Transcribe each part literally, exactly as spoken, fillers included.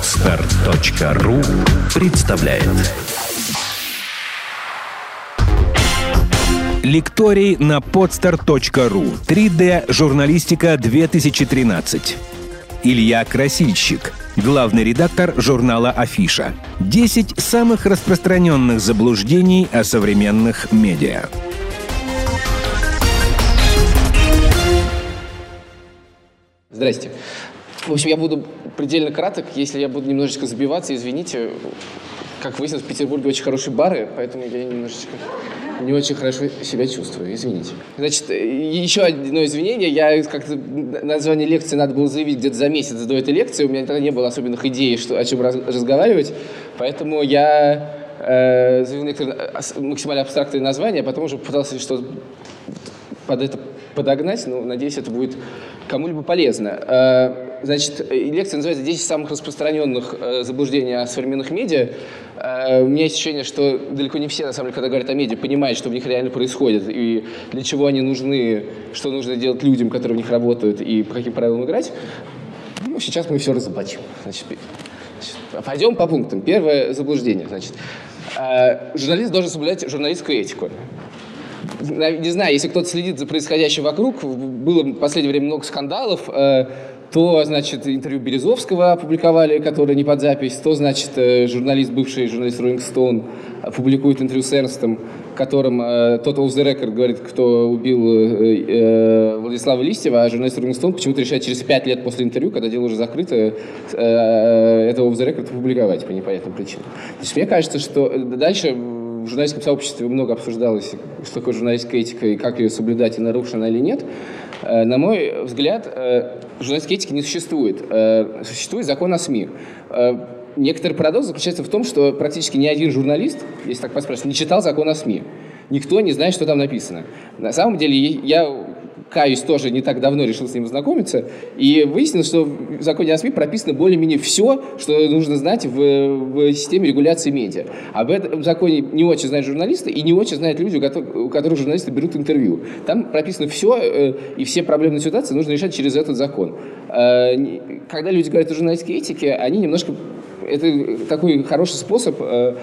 Подстар точка ру представляет. Лекторий на подстар точка ру. три дэ журналистика две тысячи тринадцать. Илья Красильщик, главный редактор журнала «Афиша». десять самых распространенных заблуждений о современных медиа. Здрасте. В общем, я буду предельно краток. Если я буду немножечко забиваться, извините. Как выяснилось, в Петербурге очень хорошие бары, поэтому я немножечко не очень хорошо себя чувствую. Извините. Значит, еще одно извинение. Я как-то название лекции надо было заявить где-то за месяц до этой лекции. У меня тогда не было особенных идей, что, о чем раз, разговаривать. Поэтому я э, заявил некоторые максимально абстрактные названия, а потом уже пытался что-то под это подогнать. Но, надеюсь, это будет кому-либо полезно. Значит, лекция называется «десять самых распространенных э, заблуждений о современных медиа». Э, у меня есть ощущение, что далеко не все, на самом деле, когда говорят о медиа, понимают, что в них реально происходит, и для чего они нужны, что нужно делать людям, которые в них работают, и по каким правилам играть. Ну, сейчас мы все разоблачим. Значит, значит, пойдем по пунктам. Первое заблуждение. Значит, э, журналист должен соблюдать журналистскую этику. Не знаю, если кто-то следит за происходящим вокруг, было в последнее время много скандалов, э, то, значит, интервью Березовского опубликовали, которое не под запись, то, значит, журналист, бывший журналист Rolling Stone публикует интервью с Эрнстом, в котором э, тот off the record говорит, кто убил э, э, Владислава Листьева, а журналист Rolling Stone почему-то решает через пять лет после интервью, когда дело уже закрыто, э, это off the record опубликовать по непонятным причинам. То есть мне кажется, что дальше в журналистском сообществе много обсуждалось, что такое журналистская этика и как ее соблюдать, и нарушена или нет. На мой взгляд, журналистской этики не существует. Существует закон о СМИ. Некоторый парадокс заключается в том, что практически ни один журналист, если так поспрашивать, не читал закон о СМИ. Никто не знает, что там написано. На самом деле, я, каюсь, тоже не так давно решил с ним знакомиться, и выяснилось, что в законе о СМИ прописано более-менее все, что нужно знать в, в системе регуляции медиа. Об этом законе не очень знают журналисты, и не очень знают люди, у которых, у которых журналисты берут интервью. Там прописано все, и все проблемные ситуации нужно решать через этот закон. Когда люди говорят о журналистской этике, они немножко... Это такой хороший способ...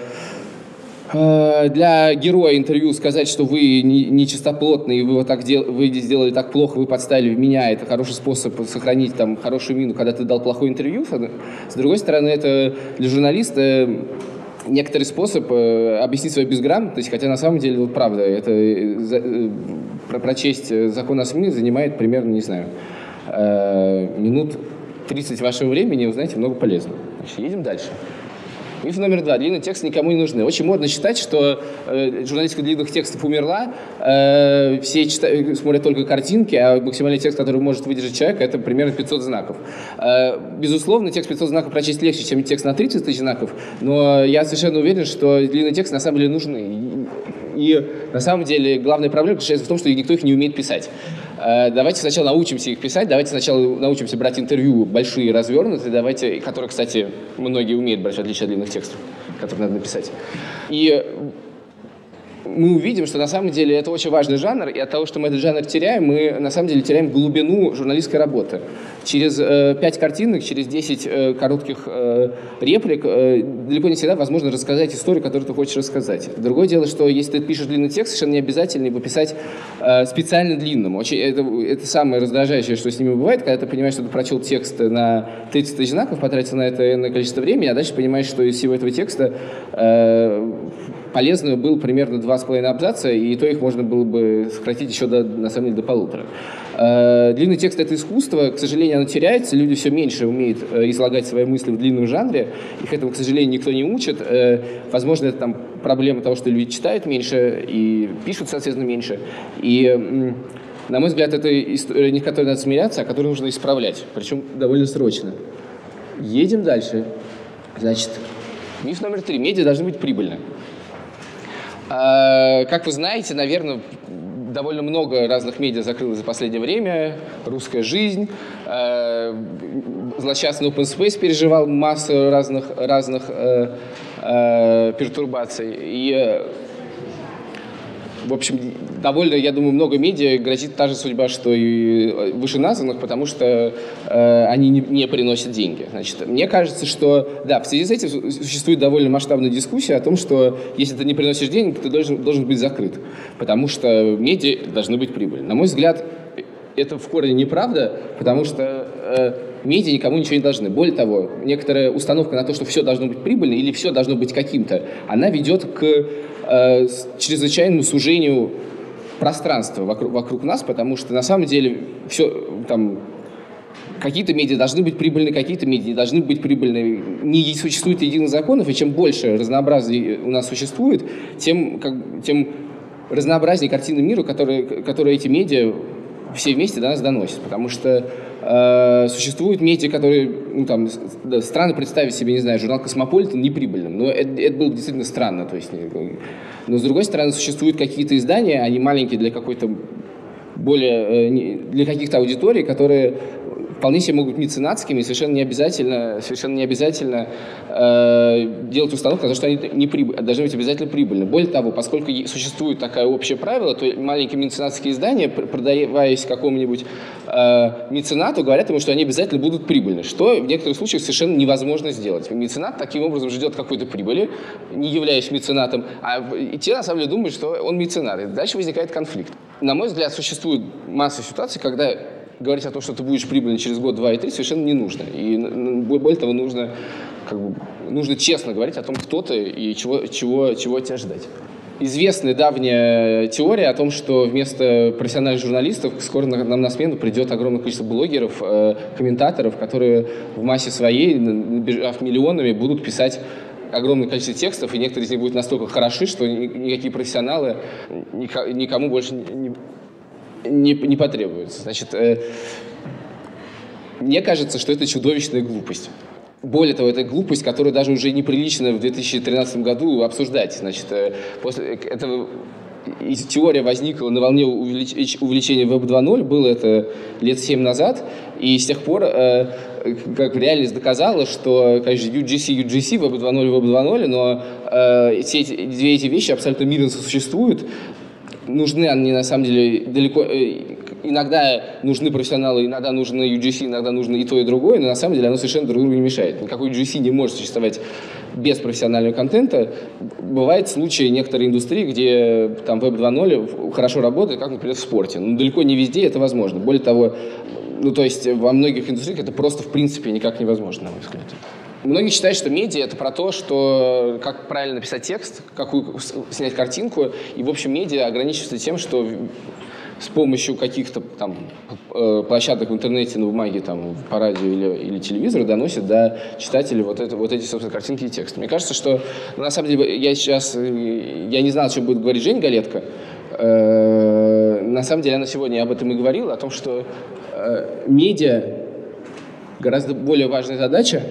для героя интервью сказать, что вы нечистоплотный, вы вот так дел, вы сделали так плохо, вы подставили меня, это хороший способ сохранить там хорошую мину, когда ты дал плохое интервью. С другой стороны, это для журналиста некоторый способ объяснить свою безграмотность, хотя на самом деле, вот правда, это прочесть закон о СМИ занимает примерно, не знаю, минут тридцать вашего времени, и узнаете много полезного. Значит, едем дальше. Миф номер два. Длинные тексты никому не нужны. Очень модно считать, что э, журналистика длинных текстов умерла, э, все читают, смотрят только картинки, а максимальный текст, который может выдержать человек, это примерно пятьсот знаков. Э, безусловно, текст пятьсот знаков прочесть легче, чем текст на тридцать тысяч знаков, но я совершенно уверен, что длинные тексты на самом деле нужны. И на самом деле главная проблема заключается в том, что никто их не умеет писать. Давайте сначала научимся их писать, давайте сначала научимся брать интервью большие, развернутые, давайте, которые, кстати, многие умеют брать, в отличие от длинных текстов, которые надо написать. И мы увидим, что на самом деле это очень важный жанр, и от того, что мы этот жанр теряем, мы на самом деле теряем глубину журналистской работы. Через э, пять картинок, через десять э, коротких э, реплик э, далеко не всегда возможно рассказать историю, которую ты хочешь рассказать. Другое дело, что если ты пишешь длинный текст, совершенно не обязательно его писать э, специально длинным. Очень, это, это самое раздражающее, что с ними бывает, когда ты понимаешь, что ты прочел текст на тридцать тысяч знаков, потратил на это энное количество времени, а дальше понимаешь, что из всего этого текста э, полезно было примерно два с половиной абзаца, и то их можно было бы сократить еще до, на самом деле, до полутора. Э, длинный текст — это искусство, к сожалению, оно теряется, люди все меньше умеют э, излагать свои мысли в длинном жанре, их этому, к сожалению, никто не учит. Э, возможно, это там проблема того, что люди читают меньше и пишут, соответственно, меньше. И, э, на мой взгляд, это история, с которой надо смиряться, а которую нужно исправлять, причем довольно срочно. Едем дальше. Значит, миф номер три. Медиа должны быть прибыльны. Как вы знаете, наверное, довольно много разных медиа закрылось за последнее время. «Русская жизнь», злосчастный Open Space переживал массу разных, разных э, э, пертурбаций. И в общем, довольно, я думаю, много медиа грозит та же судьба, что и вышеназванных, потому что э, они не, не приносят деньги. Значит, мне кажется, что, да, в связи с этим существует довольно масштабная дискуссия о том, что если ты не приносишь денег, ты должен, должен быть закрыт, потому что медиа должны быть прибыльны. На мой взгляд, это в корне неправда, потому что э, медиа никому ничего не должны. Более того, некоторая установка на то, что все должно быть прибыльно или все должно быть каким-то, она ведет к э, чрезвычайному сужению пространства вокруг, вокруг нас, потому что на самом деле все там... Какие-то медиа должны быть прибыльны, какие-то медиа не должны быть прибыльны. Не существует единых законов, и чем больше разнообразия у нас существует, тем, как, тем разнообразнее картины мира, которые, которые эти медиа все вместе до нас доносят. Потому что э, существуют медиа, которые, ну, там, да, странно представить себе, не знаю, журнал «Космополитен» неприбыльным. Но это, это было действительно странно. То есть, но, с другой стороны, существуют какие-то издания, они маленькие для какой-то более, для каких-то аудиторий, которые вполне себе могут быть меценатскими, и совершенно не обязательно, совершенно не обязательно э, делать установку на то, что они не прибыль, должны быть обязательно прибыльны. Более того, поскольку существует такое общее правило, то маленькие меценатские издания, продаваясь какому-нибудь э, меценату, говорят ему, что они обязательно будут прибыльны, что в некоторых случаях совершенно невозможно сделать. Меценат таким образом ждет какой-то прибыли, не являясь меценатом, а и те на самом деле думают, что он меценат. И дальше возникает конфликт. На мой взгляд, существует масса ситуаций, когда говорить о том, что ты будешь прибыльным через год, два и три, совершенно не нужно. И более того, нужно, как бы, нужно честно говорить о том, кто ты и чего, чего, чего от тебя ждать. Известная давняя теория о том, что вместо профессиональных журналистов скоро нам на смену придет огромное количество блогеров, э, комментаторов, которые в массе своей, набежав миллионами, будут писать огромное количество текстов, и некоторые из них будут настолько хороши, что никакие профессионалы никому больше не, не, не потребуются. Значит, э, мне кажется, что это чудовищная глупость. Более того, это глупость, которую даже уже неприлично в две тысячи тринадцатом году обсуждать. Значит, э, после этого теория возникла на волне увелич... увеличения веб два ноль, было это лет семь назад, и с тех пор э, как реальность доказала, что, конечно, ю джи си, ю джи си, веб два ноль, веб два ноль, но э, все эти, две эти вещи абсолютно мирно сосуществуют. Нужны они, на самом деле, далеко... Э, иногда нужны профессионалы, иногда нужны ю джи си, иногда нужно и то, и другое, но на самом деле оно совершенно друг другу не мешает. Никакой ю джи си не может существовать без профессионального контента. Бывают случаи некоторой индустрии, где там веб два ноль хорошо работает, как, например, в спорте. Но далеко не везде это возможно. Более того, ну, то есть во многих индустриях это просто в принципе никак невозможно, на мой взгляд. Многие считают, что медиа — это про то, что как правильно написать текст, какую снять картинку, и, в общем, медиа ограничивается тем, что с помощью каких-то там площадок в интернете, на бумаге, там, по радио или, или телевизору доносят до читателей вот, это, вот эти, собственно, картинки и тексты. Мне кажется, что, ну, на самом деле, я сейчас, я не знал, о чем будет говорить Женя Галетко. Э, на самом деле, она сегодня об этом и говорила, о том, что э, медиа гораздо более важная задача.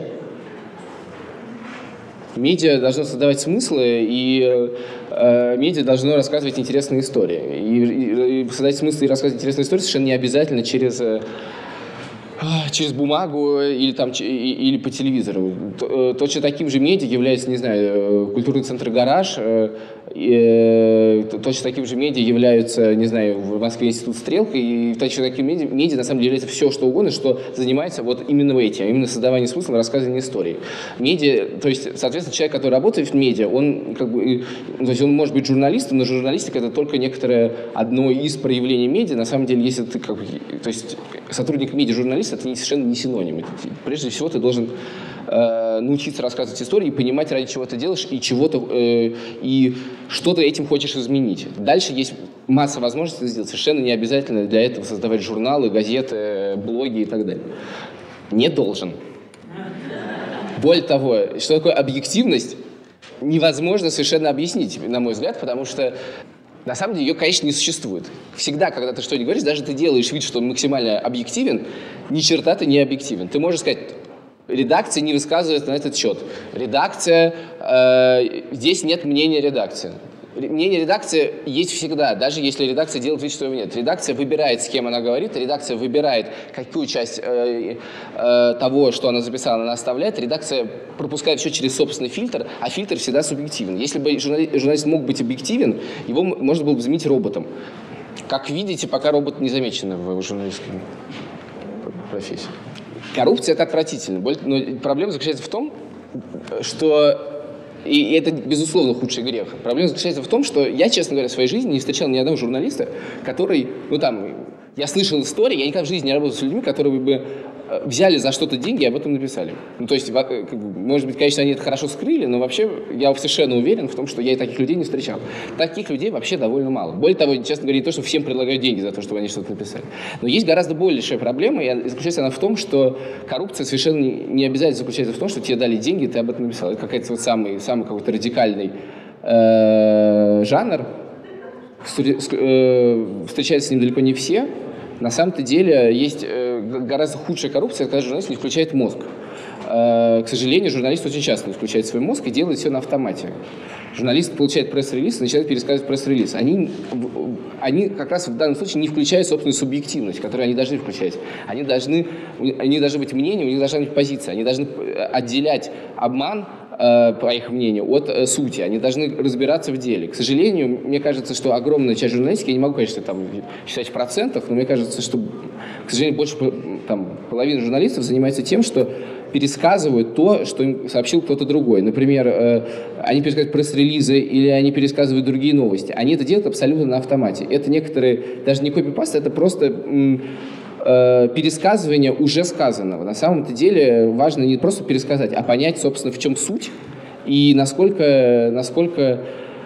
Медиа должно создавать смыслы, и э, медиа должно рассказывать интересные истории. И, и, и создать смыслы и рассказывать интересные истории совершенно не обязательно через, э, через бумагу или, там, и, или по телевизору. Точно таким же медиа является, не знаю, культурный центр «Гараж», э, и, э, точно таким же медиа являются, не знаю, в Москве институт «Стрелка», и точно таким медиа, медиа на самом деле является все, что угодно, что занимается вот именно этим, именно создаванием смысла, рассказыванием истории. Медиа, то есть, соответственно, человек, который работает в медиа, он как бы, то есть он может быть журналистом, но журналистика — это только некоторое одно из проявлений медиа. На самом деле, если ты как бы, то есть сотрудник медиа, журналист, это совершенно не синоним. Прежде всего, ты должен э, научиться рассказывать истории и понимать, ради чего ты делаешь, и чего-то, э, и что ты этим хочешь изменить. Дальше есть масса возможностей сделать. Совершенно не обязательно для этого создавать журналы, газеты, блоги и так далее. Не должен. Более того, что такое объективность, невозможно совершенно объяснить, на мой взгляд, потому что на самом деле ее, конечно, не существует. Всегда, когда ты что-нибудь говоришь, даже ты делаешь вид, что максимально объективен, ни черта ты не объективен. Ты можешь сказать: редакция не высказывается на этот счет. Редакция, э, здесь нет мнения редакции. Мнение редакции есть всегда, даже если редакция делает вид, что его нет. Редакция выбирает, с кем она говорит, редакция выбирает, какую часть э, э, того, что она записала, она оставляет. Редакция пропускает все через собственный фильтр, а фильтр всегда субъективен. Если бы журналист, журналист мог быть объективен, его можно было бы заменить роботом. Как видите, пока робот не замечен в журналистской профессии. Коррупция – это отвратительно. Но проблема заключается в том, что... И это, безусловно, худший грех. Проблема заключается в том, что я, честно говоря, в своей жизни не встречал ни одного журналиста, который, ну там, я слышал истории, я никогда в жизни не работал с людьми, которые бы взяли за что-то деньги и об этом написали. Ну, то есть, может быть, конечно, они это хорошо скрыли, но вообще я совершенно уверен в том, что я и таких людей не встречал. Таких людей вообще довольно мало. Более того, честно говоря, не то, что всем предлагают деньги за то, чтобы они что-то написали. Но есть гораздо большая проблема, и заключается она в том, что коррупция совершенно не обязательно заключается в том, что тебе дали деньги, и ты об этом написал. Это какой-то вот самый, самый какой-то радикальный э, жанр. Встречаются с ним далеко не все. На самом-то деле есть гораздо худшая коррупция, когда журналист не включает мозг. К сожалению, журналист очень часто не включает свой мозг и делает все на автомате. Журналист получает пресс-релиз и начинает пересказывать пресс-релиз. Они, они как раз в данном случае не включают собственную субъективность, которую они должны включать. Они должны, у них должны быть мнения, у них должна быть позиция. Они должны отделять обман, по их мнению, от э, сути. Они должны разбираться в деле. К сожалению, мне кажется, что огромная часть журналистики, я не могу, конечно, там, считать в процентах, но мне кажется, что, к сожалению, больше там, половины журналистов занимается тем, что пересказывают то, что им сообщил кто-то другой. Например, э, они пересказывают пресс-релизы или они пересказывают другие новости. Они это делают абсолютно на автомате. Это некоторые, даже не копипаст, это просто... М- пересказывание уже сказанного. На самом-то деле важно не просто пересказать, а понять, собственно, в чем суть и насколько, насколько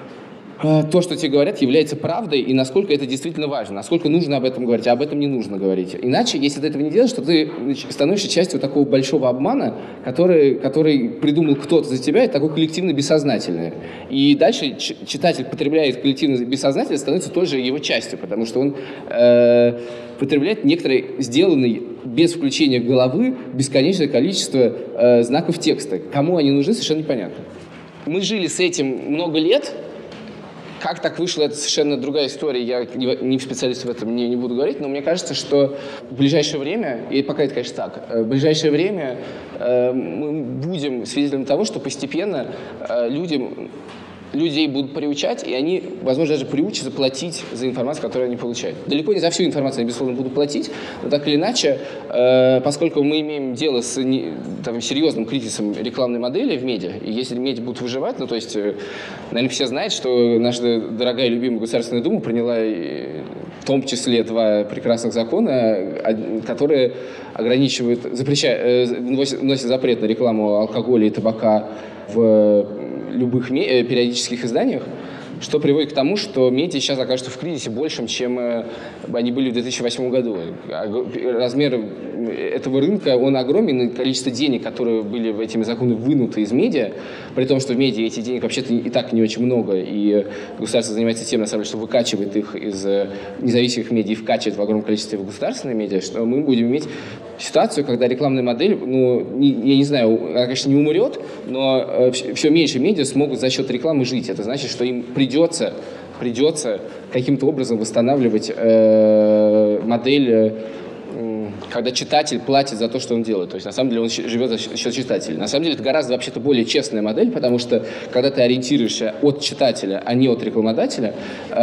то, что тебе говорят, является правдой, и насколько это действительно важно, насколько нужно об этом говорить, а об этом не нужно говорить. Иначе, если ты этого не делаешь, то ты становишься частью такого большого обмана, который, который придумал кто-то за тебя, это такое коллективно-бессознательное. И дальше читатель, потребляя коллективно-бессознательное, становится тоже его частью, потому что он э, потребляет некоторый, сделанный без включения головы, бесконечное количество э, знаков текста. Кому они нужны, совершенно непонятно. Мы жили с этим много лет. Как так вышло, это совершенно другая история, я не специалист в этом, не, не буду говорить, но мне кажется, что в ближайшее время, и пока это, конечно, так, в ближайшее время э, мы будем свидетелями того, что постепенно э, людям, людей будут приучать, и они, возможно, даже приучатся платить за информацию, которую они получают. Далеко не за всю информацию они, безусловно, будут платить, но так или иначе, э, поскольку мы имеем дело с не, там, серьезным кризисом рекламной модели в медиа, и если медиа будут выживать, ну, то есть, э, наверное, все знают, что наша дорогая и любимая Государственная Дума приняла э, в том числе два прекрасных закона, которые ограничивают, запрещают, э, вносят запрет на рекламу алкоголя и табака в любых периодических изданиях, что приводит к тому, что медиа сейчас окажутся в кризисе большим, чем они были в две тысячи восьмом году. Размер этого рынка, он огромен, и количество денег, которые были в этими законы вынуты из медиа, при том, что в медиа этих денег вообще-то и так не очень много, и государство занимается тем, на самом деле, что выкачивает их из независимых медиа и вкачивает в огромном количестве в государственные медиа, что мы будем иметь ситуацию, когда рекламная модель, ну, не, я не знаю, она, конечно, не умрет, но э, все меньше медиа смогут за счет рекламы жить. Это значит, что им придется, придется каким-то образом восстанавливать э, модель, э, когда читатель платит за то, что он делает. То есть, на самом деле, он живет за счет читателя. На самом деле, это гораздо вообще-то более честная модель, потому что, когда ты ориентируешься от читателя, а не от рекламодателя,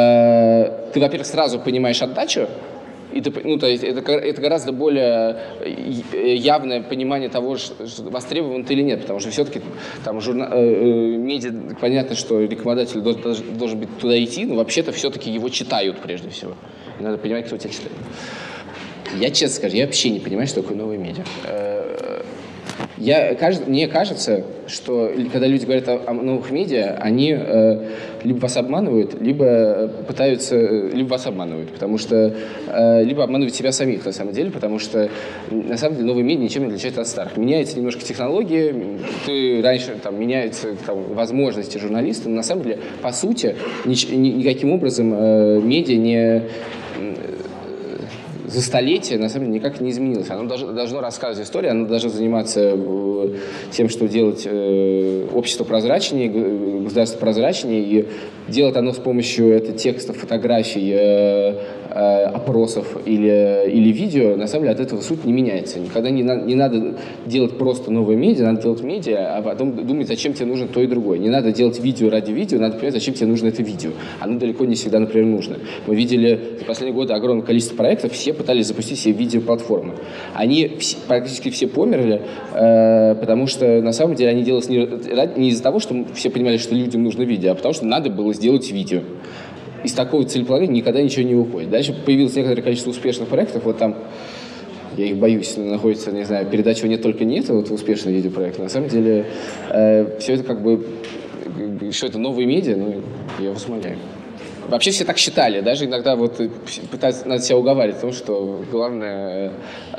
э, ты, во-первых, сразу понимаешь отдачу, И ты, ну, то есть это, это гораздо более явное понимание того, что востребован ты или нет, потому что все-таки там журна... э, медиа, понятно, что рекламодатель должен, должен быть туда идти, но вообще-то все-таки его читают прежде всего. И надо понимать, кто тебя читает. Я честно скажу, я вообще не понимаю, что такое новые медиа. Я, мне кажется, что когда люди говорят о, о новых медиа, они э, либо вас обманывают, либо пытаются, либо вас обманывают, потому что э, либо обманывают себя самих на самом деле, потому что на самом деле новые медиа ничем не отличаются от старых. Меняются немножко технологии, ты раньше там меняются там, возможности журналиста, но на самом деле по сути ни, ни, никаким образом э, медиа не за столетия, на самом деле, никак не изменилось. Оно должно, должно рассказывать историю, оно должно заниматься тем, что делать общество прозрачнее, государство прозрачнее, и делать оно с помощью это, текстов, фотографий, опросов или, или видео, на самом деле от этого суть не меняется. Никогда не, на, не надо делать просто новые медиа, надо делать медиа, а потом думать, зачем тебе нужно то и другое. Не надо делать видео ради видео, надо понимать, зачем тебе нужно это видео. Оно далеко не всегда, например, нужно. Мы видели за последние годы огромное количество проектов, все пытались запустить себе видеоплатформы. Они все, практически все померли, э, потому что на самом деле они делались не, не из-за того, что все понимали, что людям нужно видео, а потому что надо было сделать видео. Из такого целеполагания никогда ничего не уходит. Дальше появилось некоторое количество успешных проектов. Вот там, я их боюсь, находится, не знаю, передача «Нет, только нет», вот успешный видеопроект. На самом деле, э, все это как бы, что это новые медиа, ну, я вас умоляю. Вообще все так считали, даже иногда вот пытаются, надо себя уговаривать в том, что главное,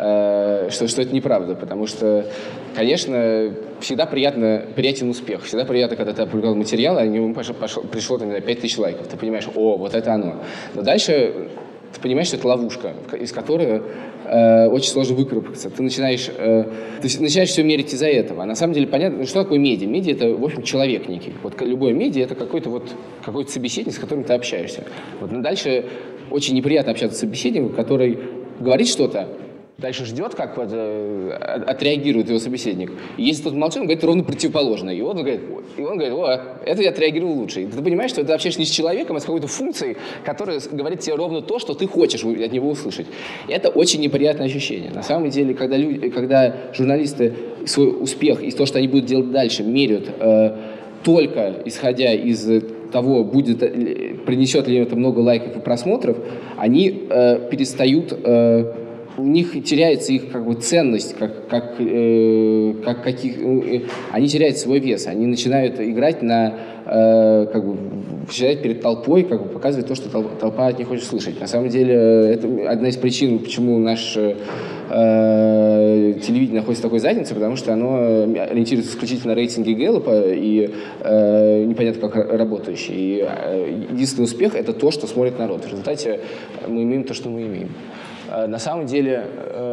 э, что, что это неправда, потому что, конечно, всегда приятно, приятен успех, всегда приятно, когда ты опубликовал материал, а к нему пошло, пошло, пришло там, пять тысяч лайков, ты понимаешь, о, вот это оно. Но дальше ты понимаешь, что это ловушка, из которой э, очень сложно выкарабкаться. Ты начинаешь, э, ты начинаешь все мерить из-за этого. А на самом деле понятно, ну, что такое медиа? Медиа — это, в общем, человек некий. Вот любое медиа — это какой-то вот, какой-то собеседник, с которым ты общаешься. Вот, но дальше очень неприятно общаться с собеседником, который говорит что-то, дальше ждет, как вот, э, отреагирует его собеседник. И если тот молчит, он говорит ровно противоположное. И он говорит, и он говорит, о, это я отреагировал лучше. И ты понимаешь, что ты общаешься не с человеком, а с какой-то функцией, которая говорит тебе ровно то, что ты хочешь от него услышать. И это очень неприятное ощущение. На самом деле, когда, люди, когда журналисты свой успех и то, что они будут делать дальше, меряют э, только исходя из того, будет, принесет ли это много лайков и просмотров, они э, перестают... Э, у них теряется их как бы ценность, как, как, э, как каких, э, они теряют свой вес, они начинают играть на, э, как бы, считать перед толпой, как бы показывать то, что толпа от них хочет слышать. На самом деле, это одна из причин, почему наше э, телевидение находится в такой заднице, потому что оно ориентируется исключительно на рейтинги Гэллопа и э, непонятно как работающие. И э, единственный успех — это то, что смотрит народ. В результате мы имеем то, что мы имеем. На самом деле,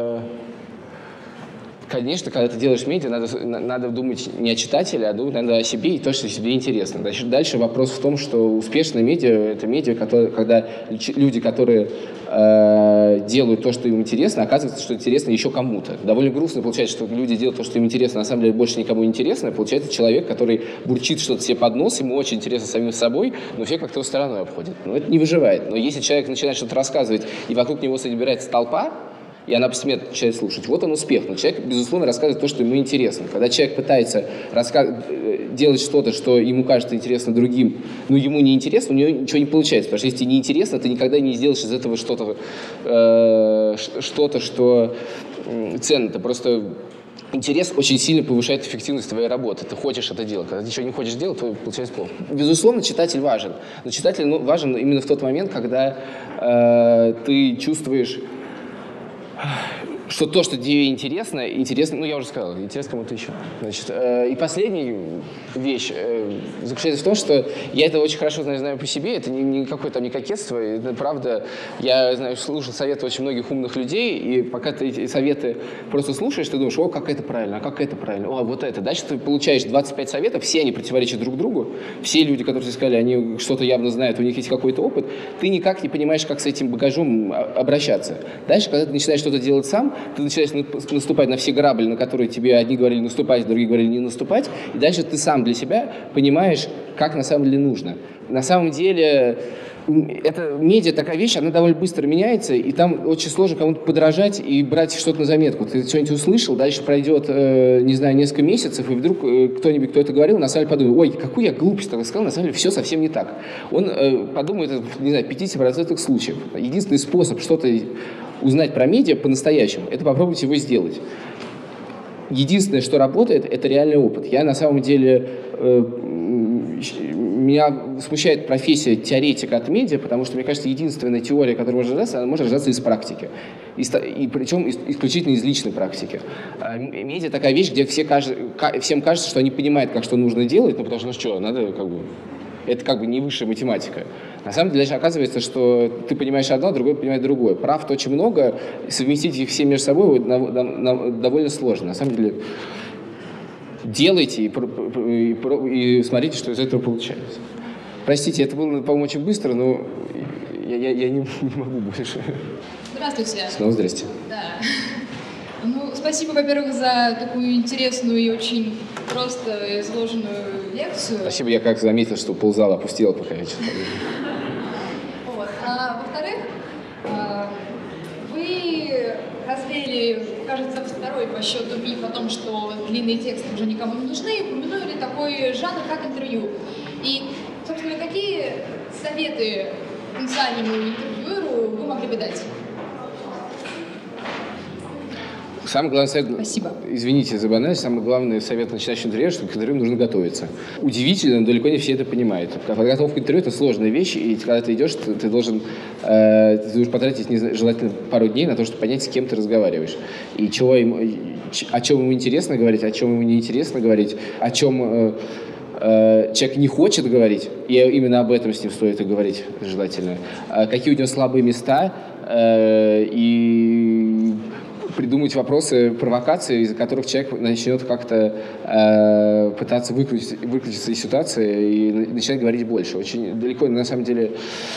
конечно, когда ты делаешь медиа, надо, надо думать не о читателе, а думать надо о себе и то, что себе интересно. Дальше, дальше вопрос в том, что успешные медиа — это медиа, которые, когда люди, которые э, делают то, что им интересно, оказывается, что интересно еще кому-то. Довольно грустно получается, что люди делают то, что им интересно, на самом деле больше никому не интересно. Получается человек, который бурчит что-то себе под нос, ему очень интересно самим собой, но все как-то его стороной обходят. Но это не выживает. Но если человек начинает что-то рассказывать, и вокруг него собирается толпа, и она постепенно начинает слушать. Вот он успех. Но человек, безусловно, рассказывает то, что ему интересно. Когда человек пытается раска... делать что-то, что ему кажется интересно другим, но ему не интересно, у него ничего не получается. Потому что если тебе не интересно, ты никогда не сделаешь из этого что-то, э, что-то, что ценно. Ты просто... Интерес очень сильно повышает эффективность твоей работы. Ты хочешь это делать. Когда ты ничего не хочешь делать, то получается плохо. Безусловно, читатель важен. Но читатель ну, важен именно в тот момент, когда э, ты чувствуешь, что то, что тебе интересно, интересно, ну, я уже сказал, интересно кому-то еще. Значит, э, и последняя вещь э, заключается в том, что я это очень хорошо знаю, знаю по себе, это не, не какое-то там не кокетство, это правда, я знаю, слушал советы очень многих умных людей, и пока ты эти советы просто слушаешь, ты думаешь, о, как это правильно, а как это правильно, о, вот это. Дальше ты получаешь двадцать пять советов, все они противоречат друг другу, все люди, которые тебе сказали, они что-то явно знают, у них есть какой-то опыт, ты никак не понимаешь, как с этим багажом обращаться. Дальше, когда ты начинаешь что-то делать сам, ты начинаешь наступать на все грабли, на которые тебе одни говорили наступать, другие говорили не наступать, и дальше ты сам для себя понимаешь, как на самом деле нужно. На самом деле, эта медиа такая вещь, она довольно быстро меняется, и там очень сложно кому-то подражать и брать что-то на заметку. Ты что-нибудь услышал, дальше пройдет, э, не знаю, несколько месяцев, и вдруг э, кто-нибудь, кто это говорил, на самом деле подумает, ой, какую я глупость тогда сказал, на самом деле все совсем не так. Он э, подумает, не знаю, в пятьдесят процентах случаев. Единственный способ что-то узнать про медиа по-настоящему, это попробовать его сделать. Единственное, что работает, это реальный опыт. Я на самом деле, э, меня смущает профессия теоретика от медиа, потому что, мне кажется, единственная теория, которая может рождаться, она может рождаться из практики. И, и причем из, исключительно из личной практики. А медиа такая вещь, где все кажется, всем кажется, что они понимают, как что нужно делать, ну потому что, ну что, надо как бы... это как бы не высшая математика. На самом деле, оказывается, что ты понимаешь одно, другой понимает другое. Правд очень много, совместить их все между собой довольно сложно. На самом деле, делайте и, и, и смотрите, что из этого получается. Простите, это было, по-моему, очень быстро, но я, я, я не, не могу больше. Здравствуйте. Снова здрасте. Да. Ну, спасибо, во-первых, за такую интересную и очень просто изложенную лекцию. Спасибо, я как заметил, что ползала опустила, пока я читал. Вот. А во-вторых, вы развеяли, кажется, второй по счету миф о том, что длинные тексты уже никому не нужны, и упомянули такой жанр, как интервью. И, собственно, какие советы потенциальному интервьюеру вы могли бы дать? Самый главный совет, Спасибо. Извините за банальность, самый главный совет начинающему интервью, что к интервью нужно готовиться. Удивительно, но далеко не все это понимают. Подготовка к интервью – это сложная вещь, и когда ты идешь, ты, ты, должен, э, ты должен потратить не знаю, желательно пару дней на то, чтобы понять, с кем ты разговариваешь. И чего ему, о чем ему интересно говорить, о чем ему неинтересно говорить, о чем э, э, человек не хочет говорить, и именно об этом с ним стоит и говорить желательно. Э, какие у него слабые места, э, и придумать вопросы, провокации, из-за которых человек начнет как-то э, пытаться выкрутиться, выкрутиться из ситуации и начинать говорить больше. Очень далеко, на самом деле,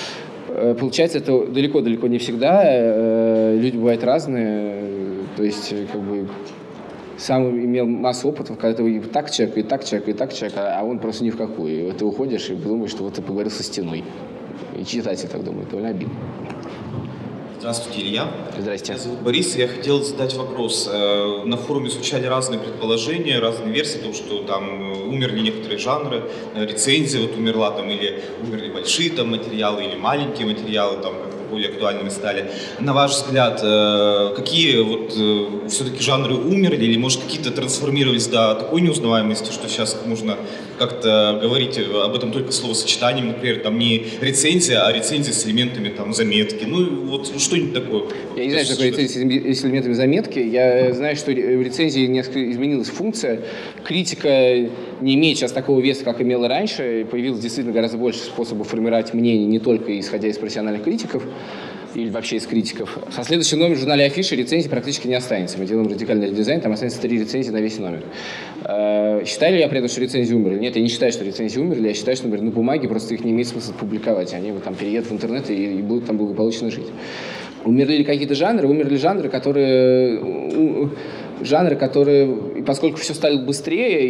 э, получается это далеко-далеко не всегда. Э, люди бывают разные. То есть, как бы, сам имел массу опытов, когда ты и так человек, и так человек, и так человек, а он просто ни в какую. И вот ты уходишь и думаешь, что вот ты поговорил со стеной. И читатель так думает, довольно обидно. Здравствуйте, Илья. Здрасте. Меня зовут Борис, и я хотел задать вопрос. На форуме звучали разные предположения, разные версии, потому что там умерли некоторые жанры, рецензия вот умерла, там, или умерли большие там материалы, или маленькие материалы, там, более актуальными стали. На ваш взгляд, какие вот все-таки жанры умерли, или, может, какие-то трансформировались до такой неузнаваемости, что сейчас можно как-то говорить об этом только словосочетанием, например, там не рецензия, а рецензия с элементами там заметки, ну вот что-нибудь такое. Я не знаю, что такое рецензия с элементами заметки. Я знаю, что в рецензии несколько изменилась функция. Критика не имеет сейчас такого веса, как имела раньше. Появилось действительно гораздо больше способов формировать мнение, не только исходя из профессиональных критиков или вообще из критиков. Со следующим номером в журнале «Афиша» рецензий практически не останется. Мы делаем радикальный дизайн, там останется три рецензии на весь номер. Считаю ли я при этом, что рецензии умерли? Нет, я не считаю, что рецензии умерли. Я считаю, что, например, на бумаге просто их не имеет смысла публиковать. Они вот, там переедут в интернет и, и будут там благополучно жить. Умерли ли какие-то жанры? Умерли жанры, которые... Жанры, которые... И поскольку все стало быстрее,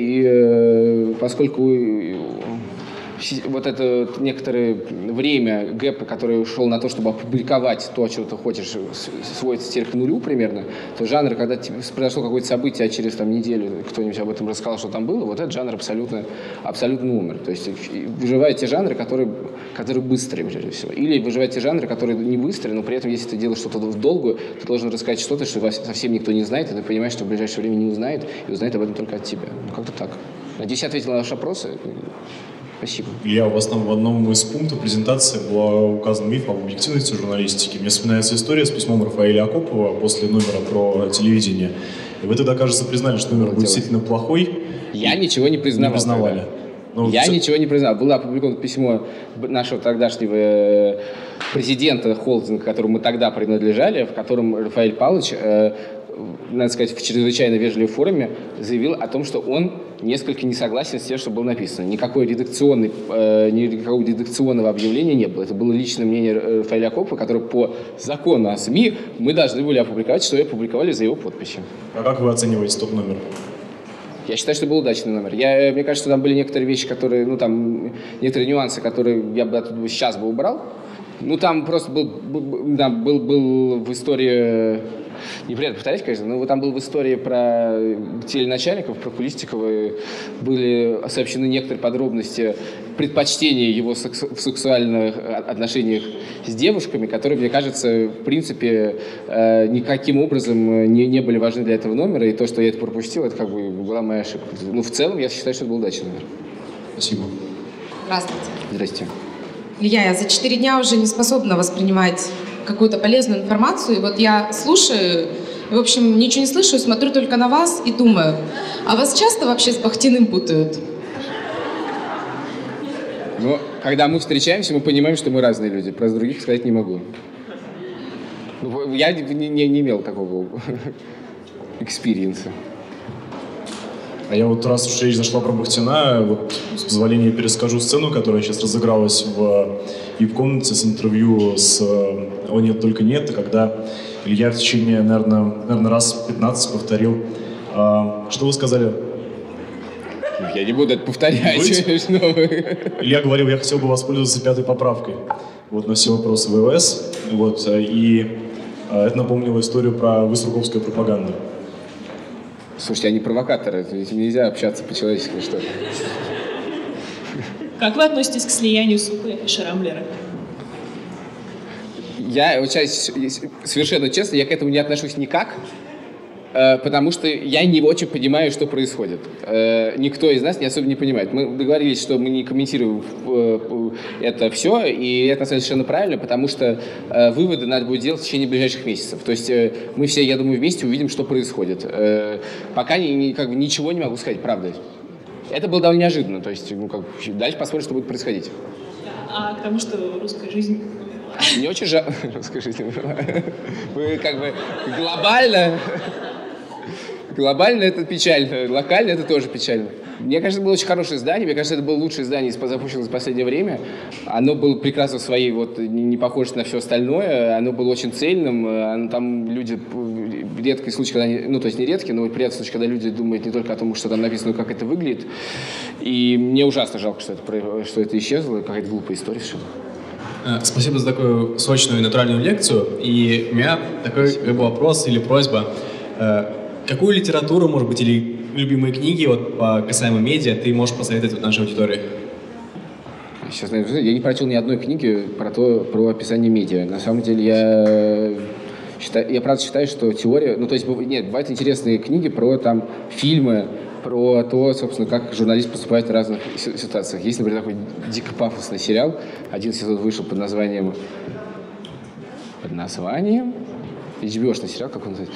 и поскольку вот это некоторое время, гэп, который ушел на то, чтобы опубликовать то, что ты хочешь, сводится теперь к нулю примерно, то жанр, когда произошло какое-то событие, а через там, неделю кто-нибудь об этом рассказал, что там было, вот этот жанр абсолютно, абсолютно умер. То есть выживают те жанры, которые, которые быстрые, прежде всего. Или выживают те жанры, которые не быстрые, но при этом, если ты делаешь что-то в долгую, ты должен рассказать что-то, что совсем никто не знает, и ты понимаешь, что в ближайшее время не узнает, и узнает об этом только от тебя. Ну, как-то так. Надеюсь, я ответил на ваши вопросы. Спасибо. Илья, у вас там в одном из пунктов презентации была указан миф об объективности журналистики. Мне вспоминается история с письмом Рафаэля Акопова после номера про телевидение. И вы тогда, кажется, признали, что номер был действительно плохой. Я ничего не признавал. Не признавали. Ну, я все... ничего не признал. Было опубликовано письмо нашего тогдашнего президента холдинга, которому мы тогда принадлежали, в котором Рафаэль Павлович, э, надо сказать, в чрезвычайно вежливой форме заявил о том, что он несколько не согласен с тем, что было написано. Никакой редакционной, э, никакого редакционного объявления не было. Это было личное мнение Рафаэля Акопова, которое по закону о СМИ мы должны были опубликовать, что и опубликовали за его подписью. А как вы оцениваете тот номер? Я считаю, что был удачный номер. Я, мне кажется, что там были некоторые вещи, которые, ну там, некоторые нюансы, которые я бы оттуда сейчас бы убрал. Ну там просто был, был, да, был, был в истории, неприятно повторять, конечно, но там был в истории про теленачальников, про Кулистикова, были сообщены некоторые подробности предпочтения его в сексуальных отношениях с девушками, которые, мне кажется, в принципе, никаким образом не, не были важны для этого номера, и то, что я это пропустил, это как бы была моя ошибка. Ну, в целом, я считаю, что это был удачный номер. Спасибо. Здравствуйте. Здрасте. Илья, я за четыре дня уже не способна воспринимать какую-то полезную информацию. И вот я слушаю, и, в общем, ничего не слышу, смотрю только на вас и думаю, а вас часто вообще с Бахтиным путают? Но когда мы встречаемся, мы понимаем, что мы разные люди. Про других сказать не могу. Я не, не, не имел такого экспириенса. А я вот, раз уж речь зашла про Бахтина, вот с позволения перескажу сцену, которая сейчас разыгралась в ИП-комнате с интервью с «О нет, только нет», когда Илья в течение, наверное, наверное раз пятнадцать повторил. А, что вы сказали? Я не буду это повторять. Илья говорил, я хотел бы воспользоваться пятой поправкой вот, на все вопросы ВВС. Вот, и а, это напомнило историю про высоковскую пропаганду. Слушайте, они провокаторы, этим нельзя общаться по-человечески, что ли. Как вы относитесь к слиянию Супы и Шрамблера? Я, вот сейчас, совершенно честно, я к этому не отношусь никак, потому что я не очень понимаю, что происходит. Никто из нас не особо не понимает. Мы договорились, что мы не комментируем это все, и это совершенно правильно, потому что выводы надо будет делать в течение ближайших месяцев. То есть мы все, я думаю, вместе увидим, что происходит. Пока ни, как бы, ничего не могу сказать, правда. Это было довольно неожиданно. То есть, ну, как, дальше посмотрим, что будет происходить. А к тому, что русская жизнь... Не очень жаль. Русская жизнь. Вы как бы глобально... Глобально это печально, локально это тоже печально. Мне кажется, это было очень хорошее издание, мне кажется, это было лучшее издание, запущенное за последнее время. Оно было прекрасно в своей, вот, не похоже на все остальное, оно было очень цельным, оно, там люди, редкий случай, когда они, ну, то есть не редкий, но приятный случай, когда люди думают не только о том, что там написано, но как это выглядит. И мне ужасно жалко, что это, что это исчезло, какая-то глупая история совершенно. Спасибо за такую сочную и натуральную лекцию. И у меня такой как бы, вопрос или просьба. Какую литературу, может быть, или любимые книги вот, по касаемо медиа ты можешь посоветовать нашей аудитории? Сейчас, я не прочел ни одной книги про, то, про описание медиа. На самом деле я, считаю, я правда считаю, что теория... Ну, то есть, нет, бывают интересные книги про там, фильмы, про то, собственно, как журналист поступает в разных ситуациях. Есть, например, такой дико пафосный сериал. Один сезон вышел под названием... Под названием... эйч би о-шный сериал, как он называется?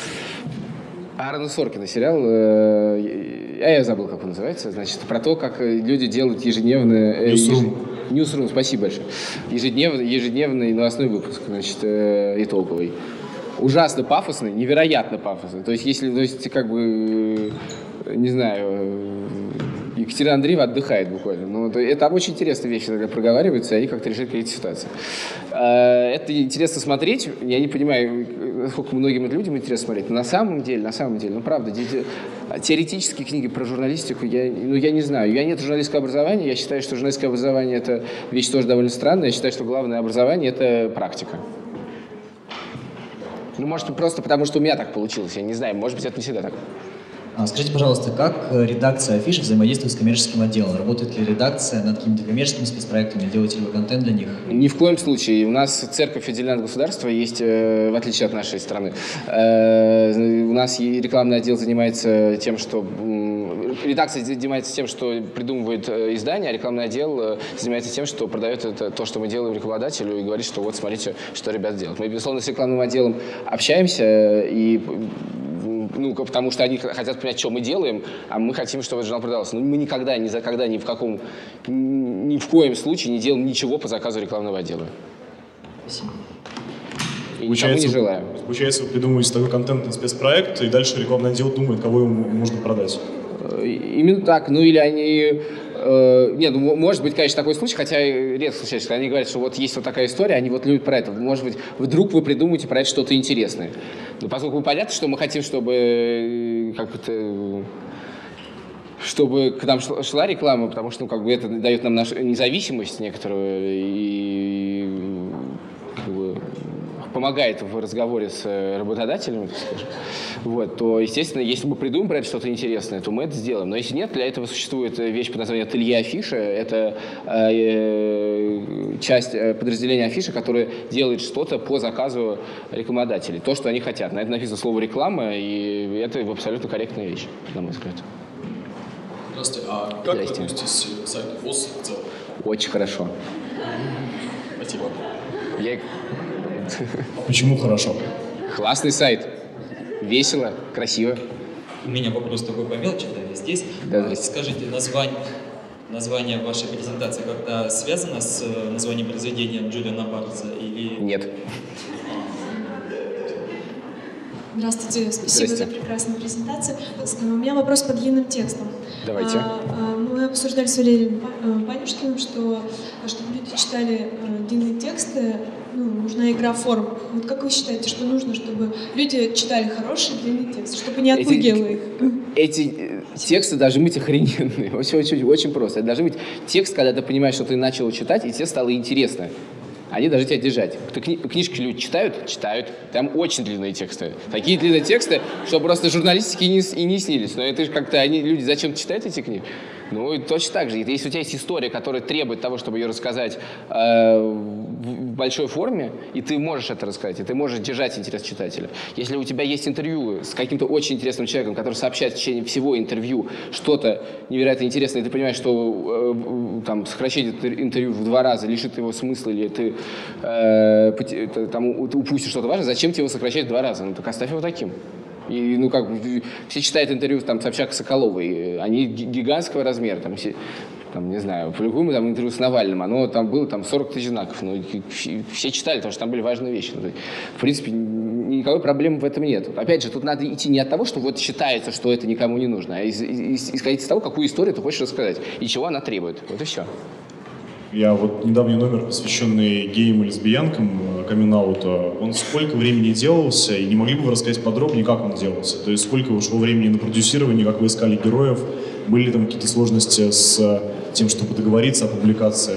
Аарона Соркина сериал, э, а я забыл, как он называется, значит, про то, как люди делают ежедневный... Ньюсрум. Э, Ньюсрум, спасибо большое. Ежедневный, ежедневный новостной выпуск, значит, э, итоговый. Ужасно пафосный, невероятно пафосный. То есть, если, то есть, как бы, не знаю, Екатерина Андреева отдыхает буквально. Но это, там очень интересные вещи тогда проговариваются, и они как-то решают какие-то ситуации. Это интересно смотреть. Я не понимаю, насколько многим людям интересно смотреть. Но на самом деле, на самом деле, ну правда, теоретические книги про журналистику, я, ну, я не знаю. У меня нет журналистского образования. Я считаю, что журналистское образование – это вещь тоже довольно странная. Я считаю, что главное образование – это практика. Ну, может, просто потому, что у меня так получилось. Я не знаю, может быть, это не всегда так. Скажите, пожалуйста, как редакция афиши взаимодействует с коммерческим отделом? Работает ли редакция над какими-то коммерческими спецпроектами? Делаете ли вы контент для них? Ни в коем случае. У нас церковь федерального государства есть, в отличие от нашей страны. У нас рекламный отдел занимается тем, что... Редакция занимается тем, что придумывает издание, а рекламный отдел занимается тем, что продает это, то, что мы делаем рекламодателю, и говорит, что вот, смотрите, что ребята делают. Мы, безусловно, с рекламным отделом общаемся, и... Ну, потому что они хотят понять, что мы делаем, а мы хотим, чтобы этот журнал продавался. Но мы никогда, ни за когда, ни в каком, ни в коем случае не делаем ничего по заказу рекламного отдела. Спасибо. И никому не желаем. Получается, вы придумываете такой контентный спецпроект, и дальше рекламный отдел думает, кого ему можно продать. Именно так. Ну, или они... Э, нет, ну, может быть, конечно, такой случай, хотя редко случается, когда они говорят, что вот есть вот такая история, они вот любят про это. Может быть, вдруг вы придумаете про это что-то интересное. Но поскольку понятно, что мы хотим, чтобы как-то... чтобы к нам шла реклама, потому что ну, как бы это дает нам нашу независимость некоторую и как бы, помогает в разговоре с работодателем, так скажем. Вот, то, естественно, если мы придумаем про это что-то интересное, то мы это сделаем. Но если нет, для этого существует вещь под названием «Ателье Афиша». Это э, часть подразделения Афиша, которая делает что-то по заказу рекламодателей. То, что они хотят. На это написано слово «реклама», и это абсолютно корректная вещь, на мой взгляд. Здравствуйте. А как вы относитесь к сайту ВОС в целом? Очень хорошо. Спасибо. Я... Почему хорошо? Классный сайт. Весело, красиво. У меня вопрос такой по мелочи, да, я здесь. Да, а, скажите, название, название вашей презентации как-то связано с названием произведения Джулиана Бардза или... Нет. Здравствуйте, спасибо Здрасте. за прекрасную презентацию. У меня вопрос по длинным текстам. Давайте. Мы обсуждали с Валерием Панюшкиным, что чтобы люди читали длинные тексты, ну, нужна игра форм. Вот как вы считаете, что нужно, чтобы люди читали хорошие длинные тексты, чтобы не отпугивало их? Эти тексты должны быть охрененные. Очень, очень просто. Это должен быть текст, когда ты понимаешь, что ты начал читать, и тебе стало интересно. Они должны тебя держать. Кто кни- книжки люди читают? Читают. Там очень длинные тексты. Такие длинные тексты, что просто журналистики и не, и не снились. Но это же как-то они, люди зачем читают эти книги? Ну, и точно так же. Если у тебя есть история, которая требует того, чтобы ее рассказать э, в большой форме, и ты можешь это рассказать, и ты можешь держать интерес читателя. Если у тебя есть интервью с каким-то очень интересным человеком, который сообщает в течение всего интервью что-то невероятно интересное, и ты понимаешь, что э, там, сокращение интервью в два раза лишит его смысла, или ты, э, там, ты упустишь что-то важное, зачем тебе его сокращать в два раза? Ну, так оставь его таким. И, ну, как, все читают интервью там, Собчак и Соколовой, они гигантского размера, там, все, там, не знаю, по-любому там интервью с Навальным, оно там было там сорок тысяч знаков, ну, все читали, потому что там были важные вещи. Ну, в принципе, никакой проблемы в этом нет. Опять же, тут надо идти не от того, что вот считается, что это никому не нужно, а из, из, исходить из того, какую историю ты хочешь рассказать и чего она требует. Вот и все. Я вот недавний номер, посвященный геям и лесбиянкам, камин-аута, он сколько времени делался, и не могли бы вы рассказать подробнее, как он делался? То есть сколько ушло времени на продюсирование, как вы искали героев, были ли там какие-то сложности с тем, чтобы договориться о публикации?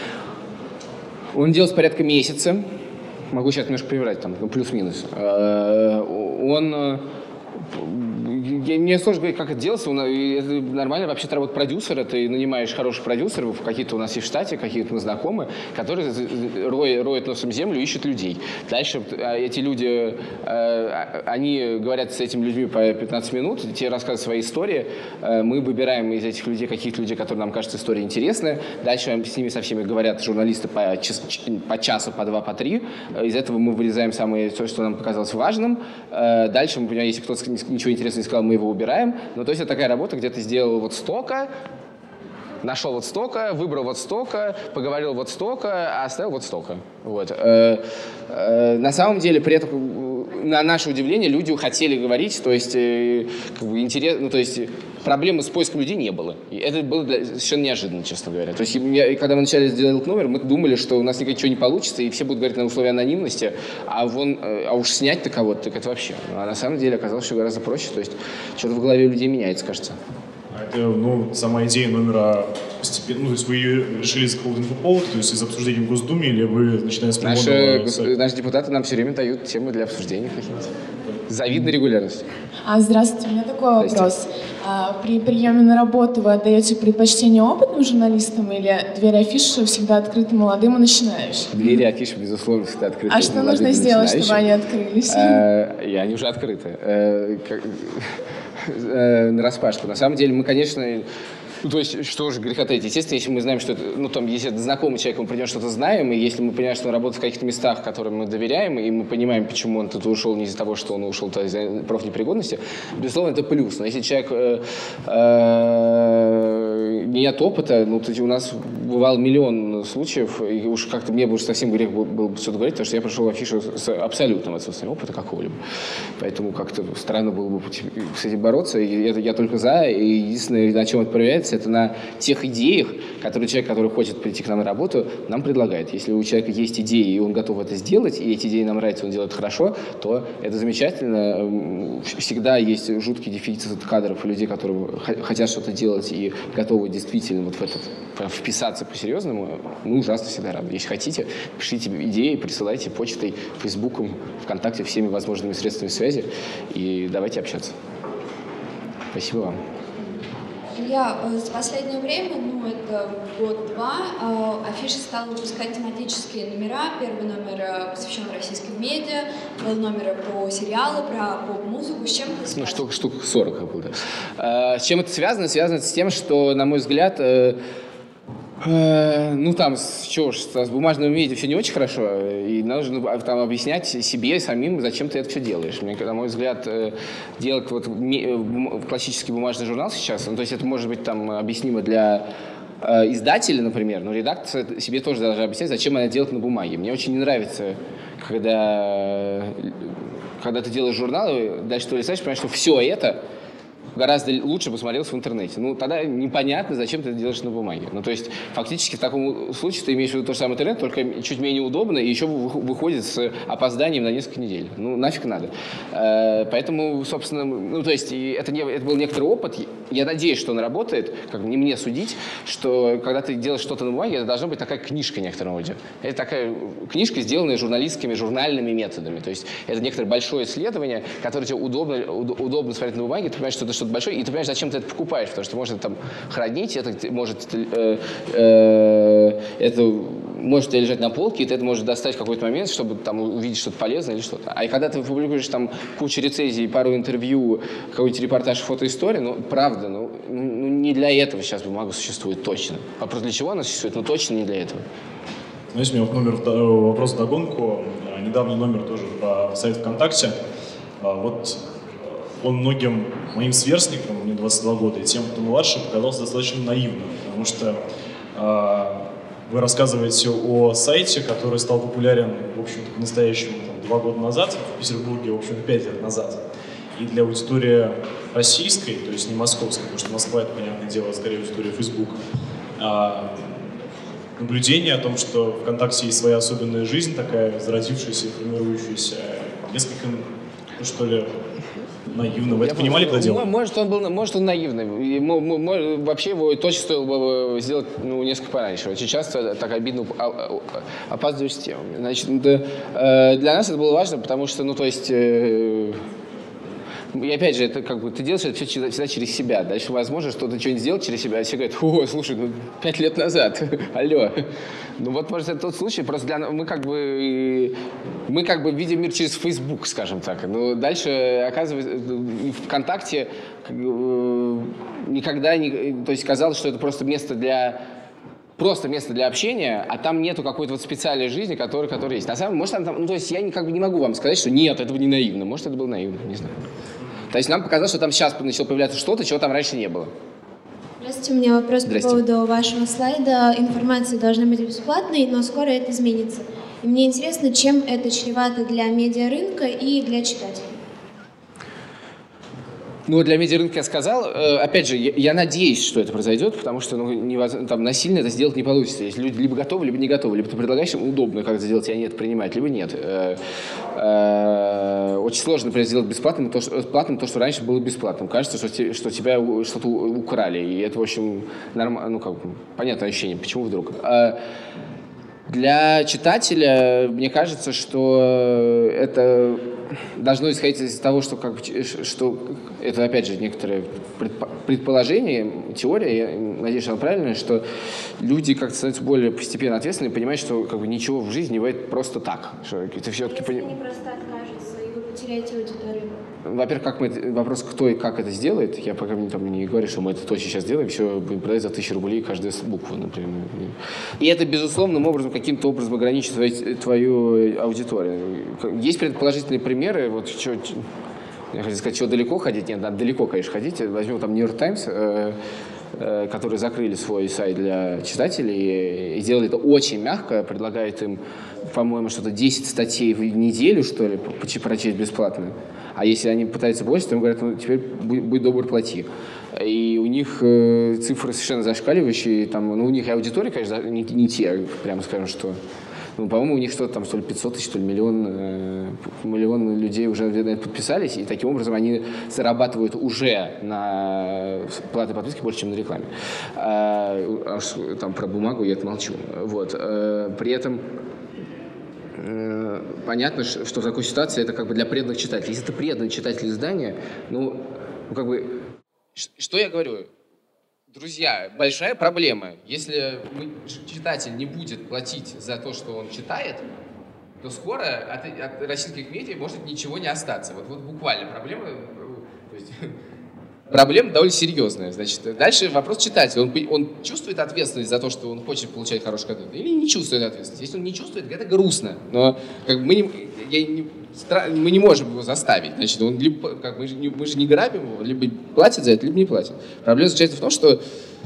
Он делался порядка месяца, могу сейчас немножко приврать, там, плюс-минус. Он... Мне сложно говорить, как это делается. Это нормально вообще-то работа продюсера. Ты нанимаешь хороших продюсеров, какие-то у нас есть в штате, какие-то мы знакомы, которые роют, роют носом землю, ищут людей. Дальше эти люди, они говорят с этими людьми по пятнадцать минут, те рассказывают свои истории. Мы выбираем из этих людей каких-то людей, которые нам кажется история интересная. Дальше с ними со всеми говорят журналисты по, час, по часу, по два, по три. Из этого мы вырезаем самое то, что нам показалось важным. Дальше мы понимаем, если кто-то ничего интересного не сказал, мы его убираем. Ну, то есть это такая работа, где ты сделал вот столько, нашел вот столько, выбрал вот столько, поговорил вот столько, а оставил вот столько. Вот. На самом деле, при этом, на наше удивление, люди хотели говорить, то есть, как бы, интерес, ну, то есть проблемы с поиском людей не было. И это было совершенно неожиданно, честно говоря. То есть, я, когда мы начали делать номер, мы думали, что у нас ничего не получится, и все будут говорить на условия анонимности, а, вон, а уж снять-то кого-то, так это вообще. А на самом деле оказалось, что гораздо проще, то есть что-то в голове у людей меняется, кажется. Это, ну, сама идея номера постепенно, ну, то есть вы ее решили из какого-то инфоповода, то есть из обсуждения в Госдуме, или вы, начиная с Наши, гос... Наши депутаты нам все время дают темы для обсуждения какие-то. Завидной регулярности. А, здравствуйте, у меня такой вопрос. А, при приеме на работу вы отдаете предпочтение опытным журналистам или двери афиши всегда открыты молодым и начинающим? Двери афиши, безусловно, всегда открыты. А что нужно сделать, чтобы они открылись? А, и они уже открыты. А, как... нараспашку. На самом деле мы, конечно, ну, то есть, что же греха таить. Естественно, если мы знаем, что это, ну, там, если это знакомый человек, мы про него что-то знаем, и если мы понимаем, что он работает в каких-то местах, которым мы доверяем, и мы понимаем, почему он тут ушел не из-за того, что он ушел из-за профнепригодности, безусловно, это плюс. Но если человек э, э, нет опыта, ну, то есть у нас бывал миллион случаев, и уж как-то мне бы уж совсем грех был, был бы что-то говорить, потому что я прошел афишу с абсолютным отсутствием опыта какого-либо. Поэтому как-то странно было бы с этим бороться, и это я только за, и единственное, на чем это проявляется, это на тех идеях, которые человек, который хочет прийти к нам на работу, нам предлагает. Если у человека есть идеи, и он готов это сделать, и эти идеи нам нравятся, он делает хорошо, то это замечательно. Всегда есть жуткий дефицит кадров и людей, которые хотят что-то делать и готовы действительно вот в это вписаться по-серьезному. Мы ужасно всегда рады. Если хотите, пишите идеи, присылайте почтой, фейсбуком, ВКонтакте, всеми возможными средствами связи, и давайте общаться. Спасибо вам. Я за последнее время, ну это год-два, афиша стала выпускать тематические номера. Первый номер посвящен российским медиа, был номер про сериалы, про поп-музыку. С чем это связано? Ну, штук, штук сорок было, да. С чем это связано? Связано с тем, что, на мой взгляд, ну, там, что ж, с бумажным медиа все не очень хорошо, и нужно там объяснять себе самим, зачем ты это все делаешь. Мне, на мой взгляд, делать вот классический бумажный журнал сейчас, ну, то есть это может быть там объяснимо для э, издатели, например, ну, редакция себе тоже должна объяснять, зачем она делает на бумаге. Мне очень не нравится, когда, когда ты делаешь журналы, дальше ты листаешь, понимаешь, что все это гораздо лучше посмотрелось в интернете. Ну, тогда непонятно, зачем ты это делаешь на бумаге. Ну, то есть, фактически, в таком случае ты имеешь в виду то же самое интернет, только чуть менее удобно, и еще выходит с опозданием на несколько недель. Ну, нафиг надо. Поэтому, собственно, ну, то есть, это, не, это был некоторый опыт. Я надеюсь, что он работает, как не мне судить, что когда ты делаешь что-то на бумаге, это должна быть такая книжка некотором роде. Это такая книжка, сделанная журналистскими, журнальными методами. То есть, это некоторое большое исследование, которое тебе удобно, удобно смотреть на бумаге, ты понимаешь, что это что-то большое, и ты понимаешь, зачем ты это покупаешь, потому что можно там хранить, это может, э, э, это может лежать на полке, и ты это можешь достать в какой-то момент, чтобы там увидеть что-то полезное или что-то. А и когда ты публикуешь там кучу рецензий, пару интервью, какой-нибудь репортаж, фотоистории, ну, правда, ну, ну, не для этого сейчас бумага существует точно. Вопрос, для чего она существует, ну, точно не для этого. Знаете, у меня вот номер, вопрос вдогонку, недавний номер тоже по сайту ВКонтакте. Вот он многим моим сверстникам, мне двадцать два года, и тем, кто младше, показался достаточно наивным, потому что э, вы рассказываете о сайте, который стал популярен, в общем-то, по-настоящему там, два года назад, в Петербурге, в общем-то, пять лет назад. И для аудитории российской, то есть не московской, потому что Москва, это, понятное дело, скорее аудитория Facebook, а наблюдение о том, что ВКонтакте есть своя особенная жизнь, такая зародившаяся и формирующаяся, несколько, ну что ли, наивно. Вы это я понимали, когда делали? Может, он был, может, он наивный. И, вообще его точно стоило бы сделать ну, несколько пораньше. Очень часто так обидно опаздываешь с темами. Значит, да, для нас это было важно, потому что, ну, то есть... И опять же, это как бы ты делаешь это все всегда через себя. Дальше возможно, что ты что-нибудь сделал через себя, а все говорят: о, слушай, ну пять лет назад, алло. Ну вот, может, это тот случай, просто для мы как бы мы как бы видим мир через Facebook, скажем так. Но дальше, оказывается, ВКонтакте никогда не... То есть казалось, что это просто место для... Просто место для общения, а там нету какой-то вот специальной жизни, которая, которая есть. На самом деле, может, там, там, ну, то есть я как бы не могу вам сказать, что нет, этого не наивно. Может, это было наивно, не знаю. То есть нам показалось, что там сейчас начало появляться что-то, чего там раньше не было. Здравствуйте, у меня вопрос по поводу вашего слайда. Информация должна быть бесплатной, но скоро это изменится. И мне интересно, чем это чревато для медиарынка и для читателей. Ну, для медиарынка я сказал. Опять же, я, я надеюсь, что это произойдет, потому что ну, невозможно, там, насильно это сделать не получится. Если люди либо готовы, либо не готовы. Либо ты предлагаешь им удобно как это сделать, и они это принимают, либо нет. Очень сложно, например, сделать бесплатным то, что, платным то, что раньше было бесплатным. Кажется, что, те, что тебя что-то украли. И это, в общем, нормально, ну, как, понятное ощущение. Почему вдруг? Для читателя, мне кажется, что это должно исходить из того, что, как, что это, опять же, некоторое предположение, теория, я надеюсь, что она правильная, что люди как-то становятся более постепенно ответственными, понимают, что как бы, ничего в жизни не бывает просто так. Что это все-таки Если они просто откажутся, и вы потеряете аудиторию. Во-первых, как мы это, вопрос, кто и как это сделает. Я пока там, не говорю, что мы это точно сейчас делаем, все будем продать за тысячу рублей каждую букву, например. И это, безусловным образом, каким-то образом ограничит твою, твою аудиторию. Есть предположительные примеры, вот что, я хотел сказать, что далеко ходить, нет, надо далеко, конечно, ходить. Возьмем там Нью-Йорк Таймс, э, э, которые закрыли свой сайт для читателей и, и сделали это очень мягко, предлагают им, по-моему, что-то десять статей в неделю, что ли, прочесть бесплатно. А если они пытаются больше, то им говорят: ну, теперь будь, будь добр, плати. И у них э, цифры совершенно зашкаливающие. Там, ну, у них и аудитория, конечно, не, не те, прямо скажем, что... Ну, по-моему, у них что-то там, что ли, пятьсот тысяч, что ли, миллион, э, миллион людей уже на это подписались. И таким образом они зарабатывают уже на платной подписке больше, чем на рекламе. А, там про бумагу я это молчу. Вот. А, при этом... Понятно, что в такой ситуации это как бы для преданных читателей. Если ты преданный читатель издания, ну, ну как бы... Что я говорю? Друзья, большая проблема. Если мы, читатель не будет платить за то, что он читает, то скоро от, от российских медиа может ничего не остаться. Вот, вот буквально проблема... То есть, проблема довольно серьезная. Значит, дальше вопрос читателя. Он, он чувствует ответственность за то, что он хочет получать хороший контент, или не чувствует ответственность? Если он не чувствует, это грустно. Но как бы, мы, не, я не, мы не можем его заставить. Значит, он либо, как, мы, же не, мы же не грабим его, либо платит за это, либо не платит. Проблема заключается в том, что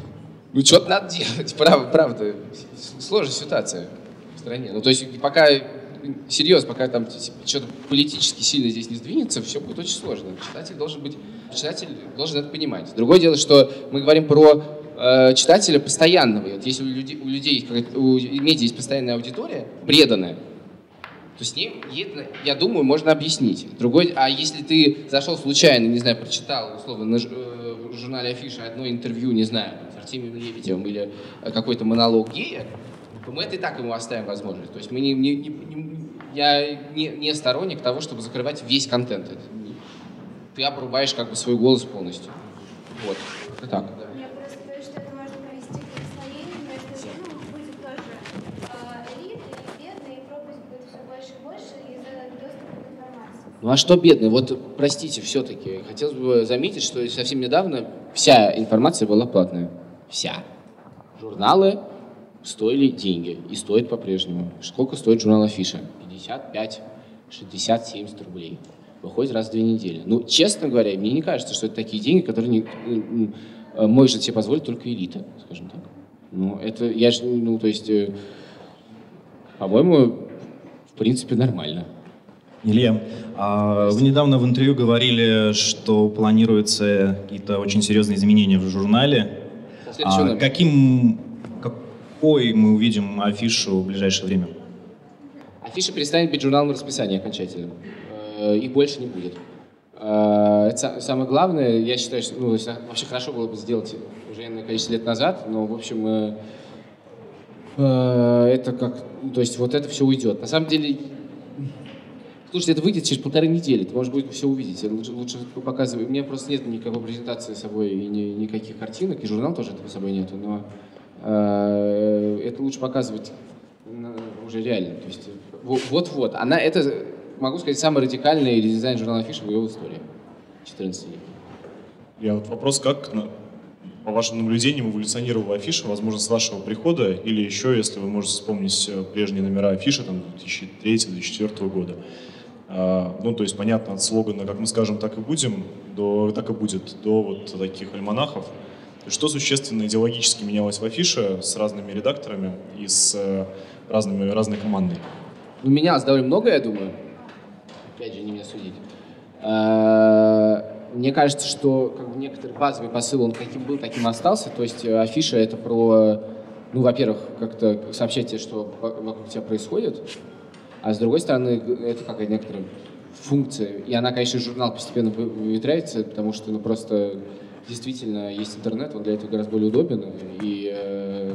Ну, что-то надо делать, правда, правда. Сложная ситуация в стране. Ну, то есть, пока, серьезно, пока там что-то политически сильно здесь не сдвинется, все будет очень сложно. Читатель должен быть, читатель должен это понимать. Другое дело, что мы говорим про э, читателя постоянного. И вот если у людей, у людей у медиа есть постоянная аудитория, преданная, то с ним, я думаю, можно объяснить. Другой, а если ты зашел случайно, не знаю, прочитал, условно, на, э, в журнале Афиша одно интервью, не знаю, с Артемием Лебедевым или какой-то монолог гея, то мы это и так ему оставим возможность. То есть мы не, не, не, не, я не, не сторонник того, чтобы закрывать весь контент. Ты обрубаешь как бы свой голос полностью. Вот. Это так. Я просто боюсь, что это может привести к расслоению, но если ну, будет тоже э, элита и бедные, и пропасть будет все больше и больше из-за доступа к информации. Ну а что бедный? Вот, простите, все-таки, хотелось бы заметить, что совсем недавно вся информация была платная. Вся. Журналы стоили деньги и стоят по-прежнему. Сколько стоит журнал Афиша? пятьдесят пять, шестьдесят, семьдесят рублей. Выходит раз в две недели. Ну, честно говоря, мне не кажется, что это такие деньги, которые не, может себе позволить только элита, скажем так. Ну, это, я же, ну, то есть, по-моему, в принципе, нормально. Илья, а вы недавно в интервью говорили, что планируются какие-то очень серьезные изменения в журнале. А каким, какой мы увидим Афишу в ближайшее время? Афиша перестанет быть журналом расписания окончательно. Их больше не будет. Это самое главное. Я считаю, что ну, вообще хорошо было бы сделать уже энное количество лет назад, но, в общем, это как... То есть вот это все уйдет. На самом деле, слушайте, это выйдет через полторы недели, ты можешь будет все увидеть. Лучше, лучше показывай. У меня просто нет никакой презентации с собой и ни, никаких картинок, и журнал тоже этого с собой нету, но э, это лучше показывать уже реально. То есть вот-вот. Она, это, могу сказать, самый радикальный редизайн журнала Афиша в его истории. четырнадцать лет. Я вот вопрос, как, по вашим наблюдениям, эволюционировала Афиша, возможно, с вашего прихода, или еще, если вы можете вспомнить прежние номера Афиши, там, две тысячи третьего — две тысячи четвёртого года. А, ну, то есть, понятно, от слогана «как мы скажем, так и будем», до, так и будет, до вот таких альманахов. Что существенно идеологически менялось в Афише с разными редакторами и с разными, разной командой? Ну, менялось довольно много, я думаю. Опять же, не мне судить. Мне кажется, что как бы, некоторый базовый посыл, он каким был, таким остался. То есть Афиша — это про, ну, во-первых, как-то сообщать тебе, что вокруг тебя происходит, а с другой стороны, это какая-то некоторая функция. И она, конечно, журнал постепенно выветряется, потому что, ну, просто действительно есть интернет, он для этого гораздо более удобен. И э,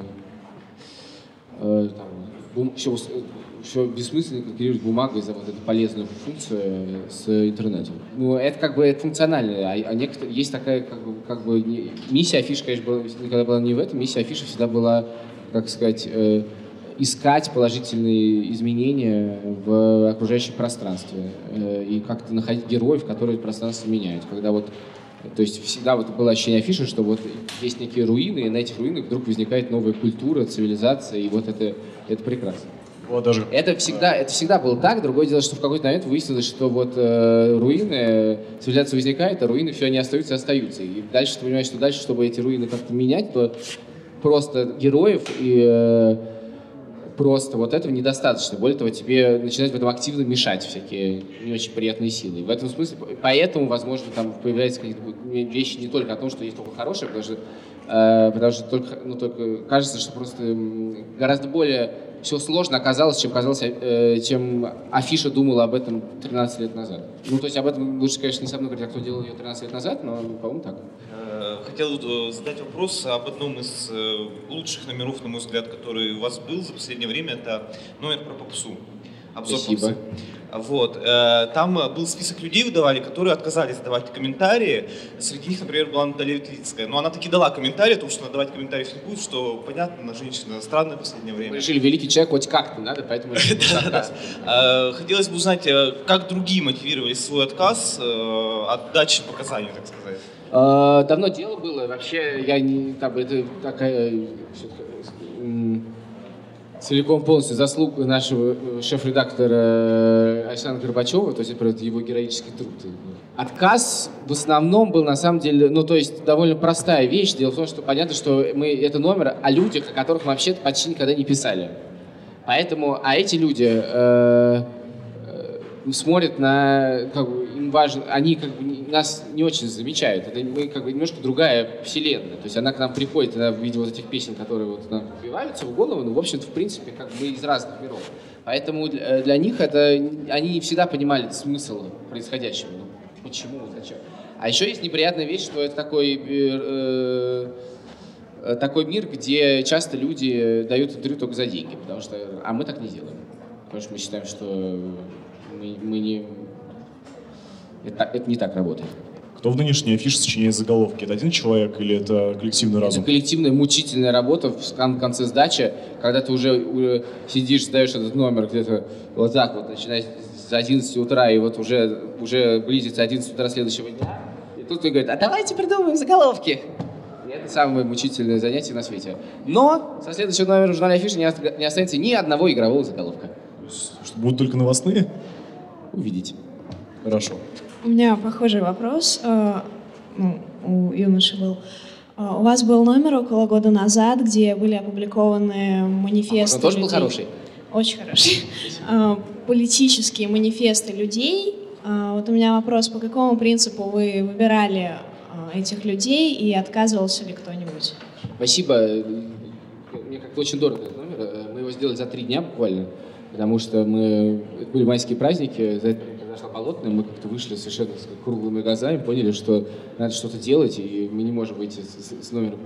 э, там, бум, все, все бессмысленно конкурировать бумагой за вот эту полезную функцию с интернетом. Ну, это как бы это функционально, а, а некоторые, есть такая как бы, как бы не, миссия Афиши, конечно, была, никогда была не в этом, миссия Афиши всегда была, как сказать, э, искать положительные изменения в окружающем пространстве э, и как-то находить героев, которые это пространство меняют. Когда вот, то есть всегда вот было ощущение Афиши, что вот есть некие руины, и на этих руинах вдруг возникает новая культура, цивилизация, и вот это, это прекрасно. Вот даже... Это всегда, это всегда было так. Другое дело, что в какой-то момент выяснилось, что вот э, руины, цивилизация возникает, а руины все они остаются и остаются. И дальше ты понимаешь, что дальше, чтобы эти руины как-то менять, то просто героев и э, просто вот этого недостаточно. Более того, тебе начинают в этом активно мешать всякие не очень приятные силы. И в этом смысле, поэтому, возможно, там появляются какие-то вещи не только о том, что есть только хорошее, потому что, э, потому что только, ну, только кажется, что просто гораздо более все сложно оказалось, чем казалось, э, чем Афиша думала об этом тринадцать лет назад. Ну, то есть об этом лучше, конечно, не со мной говорить, а кто делал ее тринадцать лет назад, но, по-моему, так. Хотел задать вопрос об одном из лучших номеров, на мой взгляд, который у вас был за последнее время. Это номер про попсу. Обзор Спасибо. попсы. Вот. Там был список людей, выдавали, которые отказались давать комментарии. Среди них, например, была Наталья Ветлицкая. Но она таки дала комментарий, потому что давать комментарий не будет, что, понятно, она женщина странная в последнее время. Мы решили, великий человек хоть как-то надо, поэтому... Хотелось бы узнать, как другие мотивировали свой отказ от дачи показаний, так сказать. Давно дело было. Вообще, я не... Там, это такая... целиком полностью заслуга нашего шеф-редактора Александра Горбачева, то есть это его героический труд. Отказ в основном был на самом деле, ну то есть довольно простая вещь. Дело в том, что понятно, что мы это номер о людях, о которых мы вообще почти никогда не писали. Поэтому, а эти люди э, э, смотрят на, как бы, им важно, они как бы нас не очень замечают. Это мы как бы немножко другая вселенная. То есть она к нам приходит, она в виде вот этих песен, которые вот нам вбиваются в голову, ну, в общем-то, в принципе, как бы мы из разных миров. Поэтому для, для них это, они не всегда понимали смысл происходящего. Ну, почему, зачем. А еще есть неприятная вещь, что это такой... Э, такой мир, где часто люди дают интервью только за деньги, потому что, а мы так не делаем, потому что мы считаем, что мы, мы не, это, это не так работает. Кто в нынешней афише сочиняет заголовки? Это один человек или это коллективный разум? Это коллективная мучительная работа в конце сдачи, когда ты уже, уже сидишь, сдаешь этот номер где-то вот так вот, начиная с одиннадцати утра, и вот уже, уже близится одиннадцать утра следующего дня, и тут ты говоришь, а давайте придумаем заголовки. Это самое мучительное занятие на свете. Но со следующего номера в журнале Афиша не останется ни одного игрового заголовка. Что, будут только новостные? Увидите. Хорошо. У меня похожий вопрос. Ну, у юноши был. У вас был номер около года назад, где были опубликованы манифесты. Он тоже людей. был хороший? Очень хороший. Политические манифесты людей. Вот у меня вопрос, по какому принципу вы выбирали этих людей и отказывался ли кто-нибудь? Спасибо. Мне как-то очень дорого этот номер. Мы его сделали за три дня буквально, потому что мы... Это были майские праздники, за это произошла болотная, мы как-то вышли совершенно с круглыми глазами, поняли, что надо что-то делать, и мы не можем выйти с, с номера...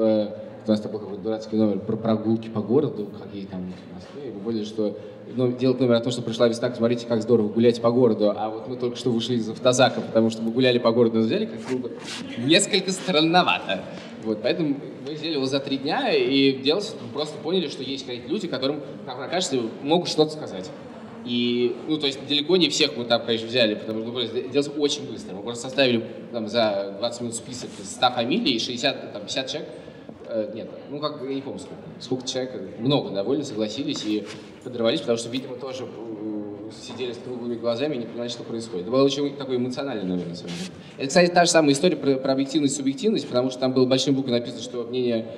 У нас такой какой-то дурацкий номер про прогулки по городу, какие там в Москве, и мы поняли, что ну, делать номер о том, что пришла весна, смотрите, как здорово гулять по городу, а вот мы только что вышли из автозака, потому что мы гуляли по городу, нас взяли как грубо, несколько странновато. Вот, поэтому мы сделали его за три дня и делали, просто поняли, что есть какие-то люди, которым, как мне кажется, могут что-то сказать. И, ну, то есть далеко не всех мы там, конечно, взяли, потому что мы делали очень быстро. Мы просто составили там, за двадцать минут список из ста фамилий, шестьдесят, там, пятьдесят человек. Нет, ну как, я не помню сколько, сколько человек, много довольно согласились и подрывались, потому что, видимо, тоже сидели с круглыми глазами и не понимали, что происходит. Это был очень такой эмоциональный номер, на самом деле. Это, кстати, та же самая история про, про объективность и субъективность, потому что там было большой буквой написано, что мнение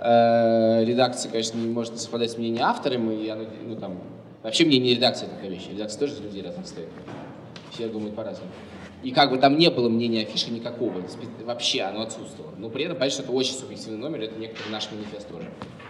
э, редакции, конечно, не может совпадать с мнением автора, и оно, ну, там, вообще мнение редакции такая вещь, редакция тоже из людей разных стоит. Все думают по-разному. И как бы там не было мнения афиши никакого, вообще оно отсутствовало. Но при этом, понятно, что это очень субъективный номер, это некоторый наш манифест тоже.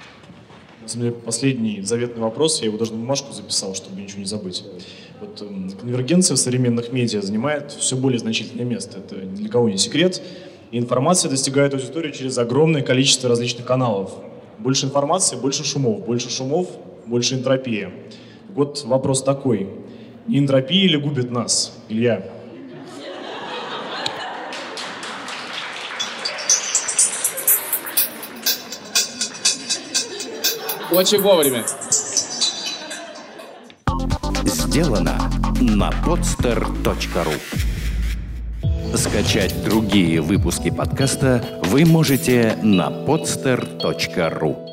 На самом деле, последний заветный вопрос, я его даже на бумажку записал, чтобы ничего не забыть. Вот, э, конвергенция в современных медиа занимает все более значительное место, это ни для кого не секрет. И информация достигает аудитории через огромное количество различных каналов. Больше информации, больше шумов, больше шумов, больше энтропия. Вот вопрос такой, не энтропия ли губит нас, Илья? Очень вовремя. Сделано на podster точка ру. Скачать другие выпуски подкаста вы можете на podster точка ру.